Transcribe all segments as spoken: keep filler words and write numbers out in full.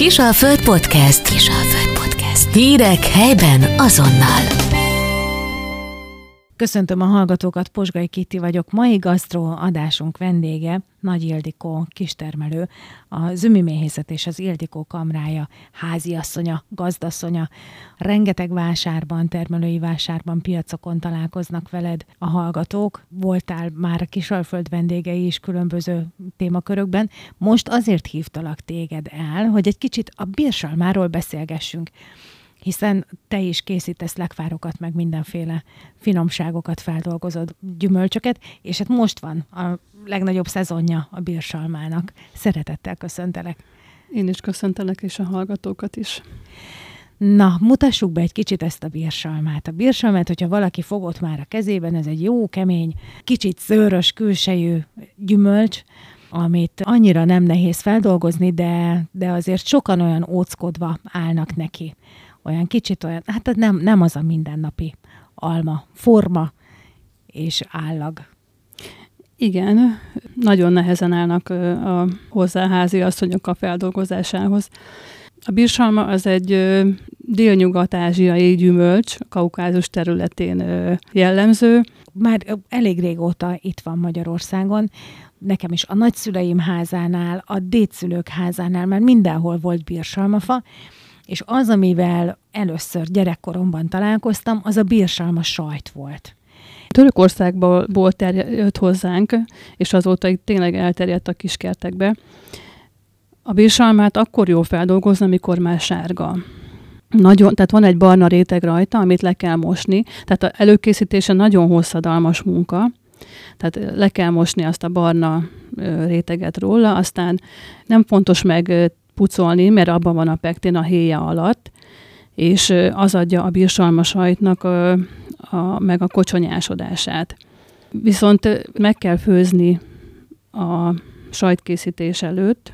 Kisalföld Podcast. Kisalföld Podcast. Hírek helyben azonnal. Köszöntöm a hallgatókat, Posgai Kitti vagyok. Mai gasztró adásunk vendége Nagy Ildikó kistermelő, a Zümiméhészet és az Ildikó Kamrája háziasszonya, gazdasszonya. Rengeteg vásárban, termelői vásárban, piacokon találkoznak veled a hallgatók. Voltál már a Kisalföld vendégei is különböző témakörökben. Most azért hívtalak téged el, hogy egy kicsit a birsalmáról beszélgessünk, hiszen te is készítesz lekvárokat, meg mindenféle finomságokat, feldolgozod, gyümölcsöket, és hát most van a legnagyobb szezonja a birsalmának. Szeretettel köszöntelek. Én is köszöntelek, és a hallgatókat is. Na, mutassuk be egy kicsit ezt a birsalmát. A birsalmát, hogyha valaki fogott már a kezében, ez egy jó, kemény, kicsit szőrös külsejű gyümölcs, amit annyira nem nehéz feldolgozni, de, de azért sokan olyan óckodva állnak neki. Olyan kicsit olyan, hát nem, nem az a mindennapi alma, forma és állag. Igen, nagyon nehezen állnak a hozzáházi asszonyok a feldolgozásához. A birsalma az egy délnyugat-ázsiai gyümölcs, Kaukázus területén jellemző. Már elég régóta itt van Magyarországon. Nekem is a nagyszüleim házánál, a dédszülők házánál már mindenhol volt birsalmafa, és az, amivel először gyerekkoromban találkoztam, az a birsalma sajt volt. Törökországból terjedt hozzánk, és azóta itt tényleg elterjedt a kiskertekbe. A birsalmát akkor jó feldolgozni, amikor már sárga. Nagyon, tehát van egy barna réteg rajta, amit le kell mosni. Tehát az előkészítése nagyon hosszadalmas munka. Tehát le kell mosni azt a barna réteget róla, aztán nem fontos meg pucolni, mert abban van a pektin a héja alatt, és az adja a birsalma sajtnak a, a, meg a kocsonyásodását. Viszont meg kell főzni a sajtkészítés előtt,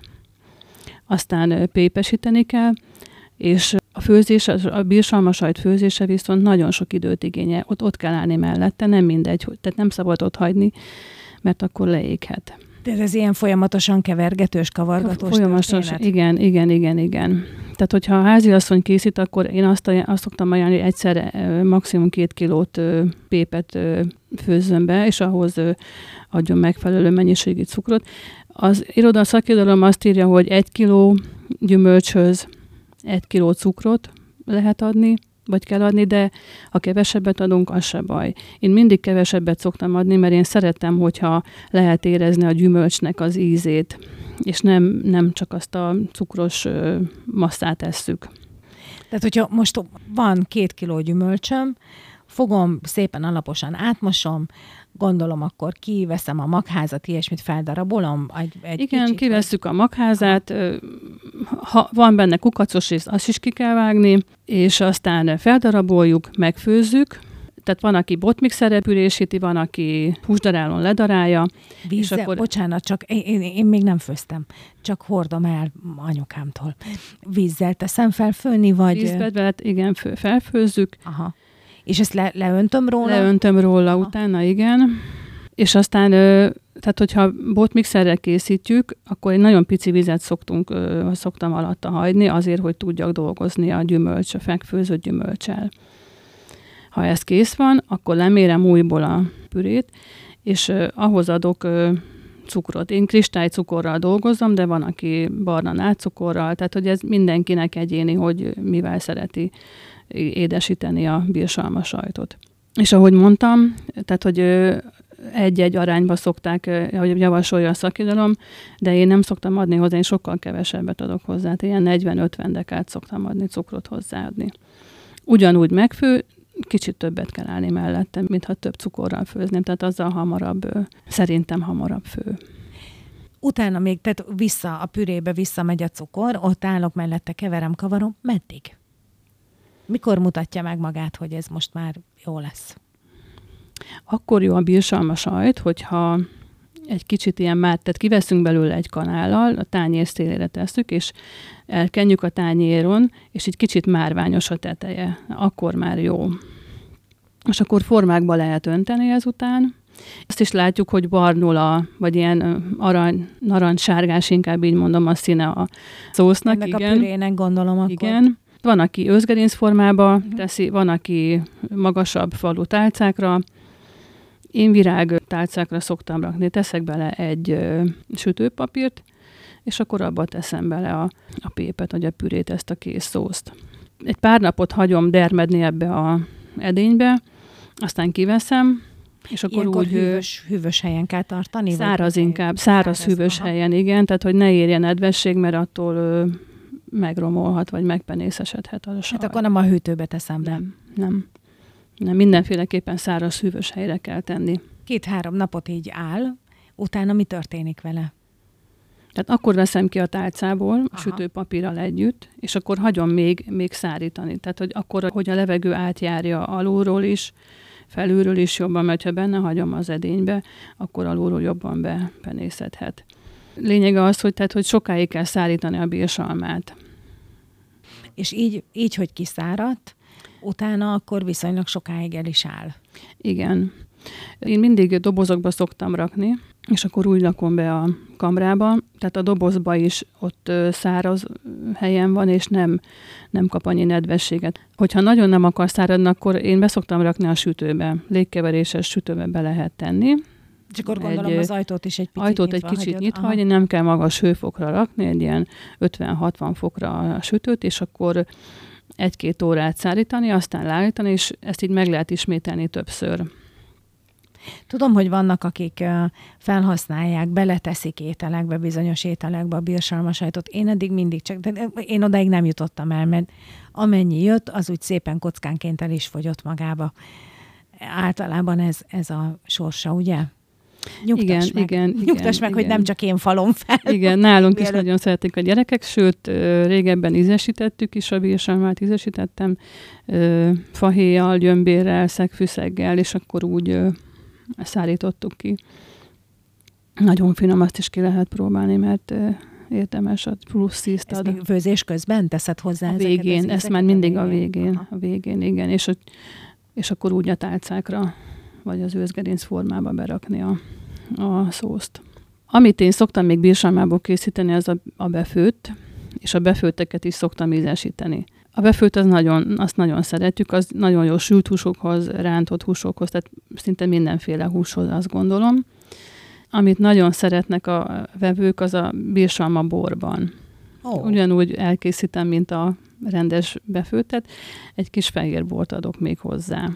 aztán pépesíteni kell, és a főzés, a birsalma sajt főzése viszont nagyon sok időt igényel. Ott, ott kell állni mellette, nem mindegy, tehát nem szabad ott hagyni, mert akkor leéghet. De ez ilyen folyamatosan kevergetős, kavargatós Folyamatosan, történet? igen, igen, igen, igen. Tehát, hogyha a háziasszony készít, akkor én azt, azt szoktam ajánlani, hogy egyszerre maximum két kilót pépet főzzön be, és ahhoz adjon megfelelő mennyiségű cukrot. Az iroda szakirodalom azt írja, hogy egy kiló gyümölcshöz egy kiló cukrot lehet adni, vagy kell adni, de ha kevesebbet adunk, az se baj. Én mindig kevesebbet szoktam adni, mert én szeretem, hogyha lehet érezni a gyümölcsnek az ízét, és nem, nem csak azt a cukros masszát esszük. Tehát, hogyha most van két kiló gyümölcsöm, fogom, szépen alaposan átmosom, gondolom, akkor kiveszem a magházat, ilyesmit feldarabolom? Egy, egy Igen, kicsit, kivesszük a magházát, ha van benne kukacos rész, azt is ki kell vágni, és aztán feldaraboljuk, megfőzzük. Tehát van, aki botmixerrel pürésíti, van, aki húsdarálón ledarálja. Vízzel, és akkor... bocsánat, csak én, én, én még nem főztem, csak hordom el anyukámtól. Vízzel teszem fel főni, vagy... Vízbe, igen, fő, felfőzzük. Aha. És ezt le, leöntöm róla? Leöntöm róla Aha. utána, igen. És aztán, tehát hogyha botmixerrel készítjük, akkor egy nagyon pici vizet szoktunk, szoktam alatta hagyni, azért, hogy tudjak dolgozni a gyümölcs, a megfőzött gyümölccsel. Ha ez kész van, akkor lemérem újból a pürét, és ahhoz adok cukrot. Én kristálycukorral dolgozom, de van, aki barna nátscukorral, tehát hogy ez mindenkinek egyéni, hogy mivel szereti édesíteni a birsalma sajtot. És ahogy mondtam, tehát, hogy egy-egy arányba szokták, ahogy javasolja a szakirodalom, de én nem szoktam adni hozzá, én sokkal kevesebbet adok hozzá, ilyen negyven-ötven dekát szoktam adni, cukrot hozzáadni. Ugyanúgy megfő, kicsit többet kell állni mellette, mintha több cukorral főzném, tehát azzal hamarabb, szerintem hamarabb fő. Utána még, tehát vissza a pürébe visszamegy a cukor, ott állok mellette, keverem, kavarom, meddig? Mikor mutatja meg magát, hogy ez most már jó lesz? Akkor jó a birsalma sajt, hogyha egy kicsit ilyen már, tehát kiveszünk belőle egy kanállal, a tányér szélére tesszük, és elkenjük a tányéron, és egy kicsit márványos a teteje. Akkor már jó. És akkor formákba lehet önteni ezután, Azt is látjuk, hogy barnula, vagy ilyen arany, narancssárgás, inkább így mondom a színe a szósznak. Ennek igen. a pürének gondolom akkor. Igen. Van, aki őszgerinc formába teszi, van, aki magasabb falu tálcákra. Én virág tálcákra szoktam rakni. Teszek bele egy ö, sütőpapírt, és akkor abba teszem bele a, a pépet, vagy a pürét, ezt a kész szószt. Egy pár napot hagyom dermedni ebbe a edénybe, aztán kiveszem, és akkor Ilyenkor úgy... hűvös, hűvös helyen kell tartani? Száraz vagy inkább, száraz, száraz hűvös aha. helyen, igen, tehát hogy ne érjen nedvesség, mert attól ö, megromolhat, vagy megpenészesedhet a sajt. Hát akkor nem a hűtőbe teszem be. Nem, nem. Nem, mindenféleképpen száraz, hűvös helyre kell tenni. Két-három napot így áll, utána mi történik vele? Tehát akkor veszem ki a tálcából, a Aha. sütőpapírral együtt, és akkor hagyom még, még szárítani. Tehát, hogy akkor, hogy a levegő átjárja alulról is, felülről is jobban, mert ha benne hagyom az edénybe, akkor alulról jobban bepenészedhet. Lényege az, hogy, tehát, hogy sokáig kell szárítani a bírsalmát. És így, így, hogy kiszáradt, utána akkor viszonylag sokáig el is áll. Igen. Én mindig dobozokba szoktam rakni, és akkor úgy lakom be a kamrába, tehát a dobozba is ott száraz helyen van, és nem, nem kap annyi nedvességet. Hogyha nagyon nem akar száradni, akkor én be szoktam rakni a sütőbe. Légkeveréses sütőbe be lehet tenni. És akkor gondolom egy, az ajtót is egy picit ajtót nyitva egy kicsit hagyod. nyitva Aha. hagyni, nem kell magas hőfokra rakni, egy ilyen ötven-hatvan fokra a sütőt, és akkor egy-két órát szárítani, aztán leállítani, és ezt így meg lehet ismételni többször. Tudom, hogy vannak, akik uh, felhasználják, beleteszik ételekbe, bizonyos ételekbe a bírsalmasajtot. Én eddig mindig csak, de én odaig nem jutottam el, mert amennyi jött, az úgy szépen kockánként el is fogyott magába. Általában ez, ez a sorsa, ugye? Nyugtass igen, meg, igen, Nyugtass igen, meg, igen. hogy nem csak én falom fel. Igen, nálunk is Mielőtt- nagyon szeretik a gyerekek, sőt, régebben ízesítettük is, a bírsalmát ízesítettem, fahéjjal, gyömbérrel, szegfűszeggel, és akkor úgy szárítottuk ki. Nagyon finom, azt is ki lehet próbálni, mert érdemes, a plusz ízt Ezt ad. még főzés közben teszed hozzá A ezeket az végén, ezt ízeket? már mindig a végén, Aha. a végén, igen, és, és akkor úgy a tálcákra, vagy az őszgerinc formába berakni a, a szószt. Amit én szoktam még bírsalmából készíteni, az a, a befőtt, és a befőtteket is szoktam ízesíteni. A befőtt az nagyon, azt nagyon szeretjük, az nagyon jó sült húsokhoz, rántott húsokhoz, tehát szinte mindenféle húshoz, azt gondolom. Amit nagyon szeretnek a vevők, az a bírsalma borban. Oh. Ugyanúgy elkészítem, mint a rendes befőttet, egy kis fehér bort adok még hozzá.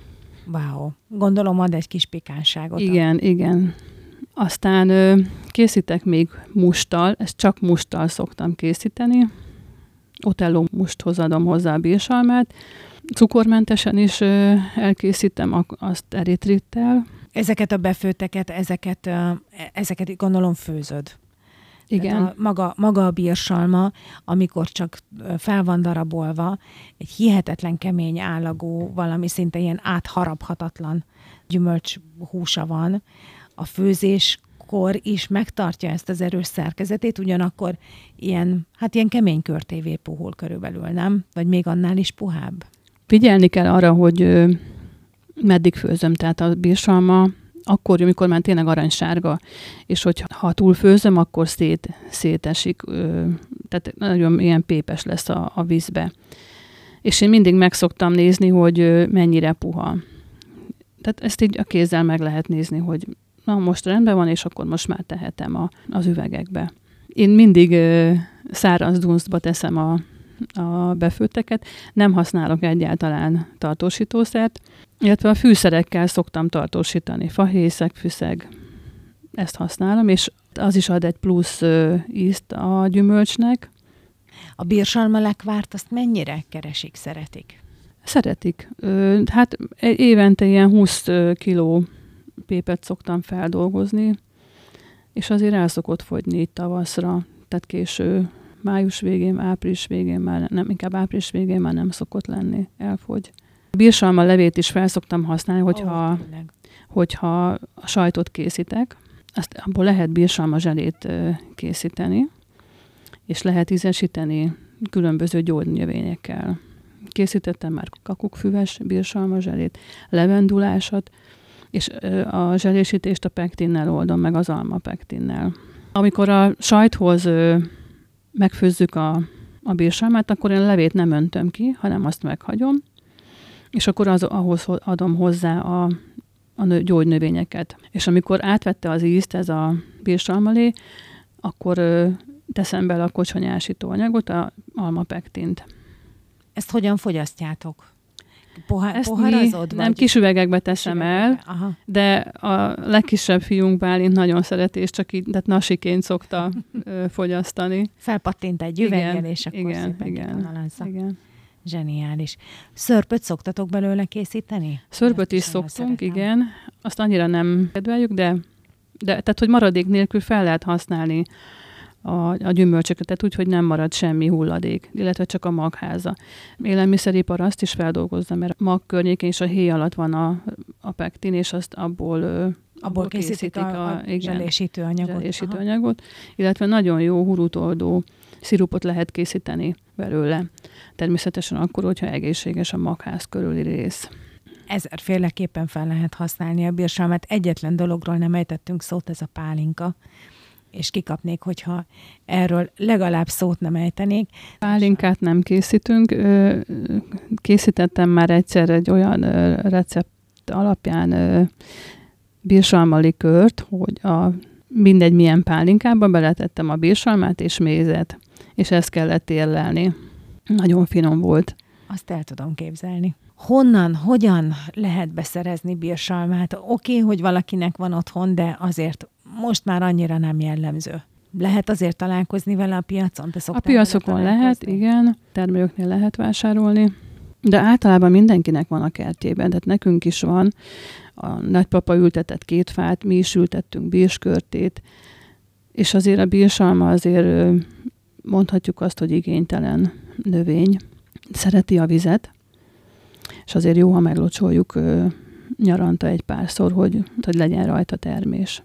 Wow. Gondolom ad egy kis pikánságot. Igen, igen. Aztán ö, készítek még mustal, ezt csak mustal szoktam készíteni. Otello musthoz adom hozzá a bírsalmát. Cukormentesen is ö, elkészítem, azt eritrittel. Ezeket a befőtteket, ezeket, ö, ezeket gondolom főzöd. Igen. A, maga, maga a bírsalma, amikor csak fel van darabolva, egy hihetetlen kemény állagú, valami szinte ilyen átharaphatatlan gyümölcs húsa van. A főzéskor is megtartja ezt az erős szerkezetét, ugyanakkor ilyen, hát ilyen kemény körtévé puhul körülbelül, nem? Vagy még annál is puhább? Figyelni kell arra, hogy ö, meddig főzöm, tehát a bírsalma akkor, amikor már tényleg aranysárga, és hogy ha túl főzöm, akkor szét, szétesik, ö, tehát nagyon ilyen pépes lesz a, a vízbe. És én mindig meg szoktam nézni, hogy ö, mennyire puha. Tehát ezt így a kézzel meg lehet nézni, hogy na most rendben van, és akkor most már tehetem a, az üvegekbe. Én mindig ö, száraz dunsztba teszem a, a befőtteket, nem használok egyáltalán tartósítószert, illetve a fűszerekkel szoktam tartósítani. Fahéj, szegfűszeg, ezt használom, és az is ad egy plusz ö, ízt a gyümölcsnek. A bírsalma lekvárt azt mennyire keresik, szeretik? Szeretik. Ö, hát évente ilyen húsz kiló pépet szoktam feldolgozni, és azért el szokott fogyni itt tavaszra, tehát késő, május végén, április végén már nem, inkább április végén már nem szokott lenni, elfogy. A bírsalma levét is fel szoktam használni, hogyha, Ó, hogyha a sajtot készítek, azt abból lehet bírsalma zselét készíteni, és lehet ízesíteni különböző gyógynövényekkel. Készítettem már kakukkfüves bírsalma zselét, levendulásat, és a zselésítést a pektinnel oldom, meg az almapektinnel. Amikor a sajthoz megfőzzük a, a bírsalmát, akkor én a levét nem öntöm ki, hanem azt meghagyom, és akkor az, ahhoz adom hozzá a, a gyógynövényeket. És amikor átvette az ízt ez a bírsalmalé, akkor ö, teszem bele a kocsonyásító anyagot, a almapektint. Ezt hogyan fogyasztjátok? Pohá- Ezt poharazod? Mi nem kis üvegekbe teszem el, Aha. de a legkisebb fiunk Bálint nagyon szereti, és csak így, tehát nasiként szokta ö, fogyasztani. Felpattint egy üveggel, Igen, és akkor igen, szépen igen, kikanalazza. igen. Zseniális. Szörpöt szoktatok belőle készíteni? Szörpöt is is nagyon szoktunk, szeretem. igen. Azt annyira nem kedveljük, de, de tehát, hogy maradék nélkül fel lehet használni a, a gyümölcsöket, tehát úgy, hogy nem marad semmi hulladék, illetve csak a magháza. Élelmiszeripar azt is feldolgozza, mert a mag környékén és a héj alatt van a, a pektin, és azt abból, abból, Abból készítik a, a zselésítő anyagot. zselésítő anyagot, illetve nagyon jó hurútoldó szirupot lehet készíteni belőle. Természetesen akkor, hogyha egészséges a magház körüli rész. Ezerféleképpen fel lehet használni a bírsalmát. Egyetlen dologról nem ejtettünk szót, ez a pálinka. És kikapnék, hogyha erről legalább szót nem ejtenék. Pálinkát nem készítünk. Készítettem már egyszer egy olyan recept alapján bírsalmalikört, hogy a mindegy milyen pálinkába beletettem a bírsalmát és mézet, és ezt kellett érlelni. Nagyon finom volt. Azt el tudom képzelni. Honnan, hogyan lehet beszerezni bírsalmát? Oké, okay, hogy valakinek van otthon, de azért most már annyira nem jellemző. Lehet azért találkozni vele a piacon? Te a piacokon lehet, igen, termelőknél lehet vásárolni, de általában mindenkinek van a kertjében, tehát nekünk is van. A nagypapa ültetett két fát, mi is ültettünk bírskörtét, és azért a bírsalma azért mondhatjuk azt, hogy igénytelen növény. Szereti a vizet, és azért jó, ha meglocsoljuk ö, nyaranta egy párszor, hogy, hogy legyen rajta termés.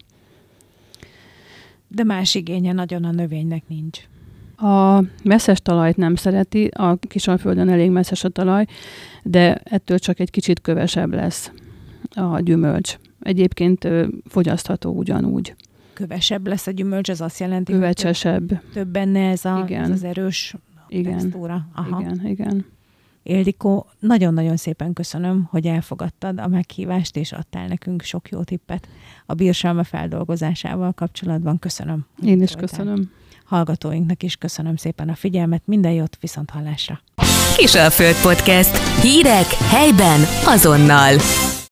De más igénye nagyon a növénynek nincs. A messzes talajt nem szereti, a Kisalföldön elég messzes a talaj, de ettől csak egy kicsit kövesebb lesz a gyümölcs. Egyébként ö, fogyasztható ugyanúgy. Kövesebb lesz a gyümölcs, az azt jelenti, Kövecsesebb. hogy több, több benne ez, a, Igen. ez az erős Igen. textúra. Aha. Igen, igen. Ildikó, nagyon-nagyon szépen köszönöm, hogy elfogadtad a meghívást, és adtál nekünk sok jó tippet a bírsalma feldolgozásával kapcsolatban. Köszönöm. Én is köszönöm. Hallgatóinknak is köszönöm szépen a figyelmet. Minden jót, viszont hallásra. Kisalföld Podcast. Hírek helyben azonnal.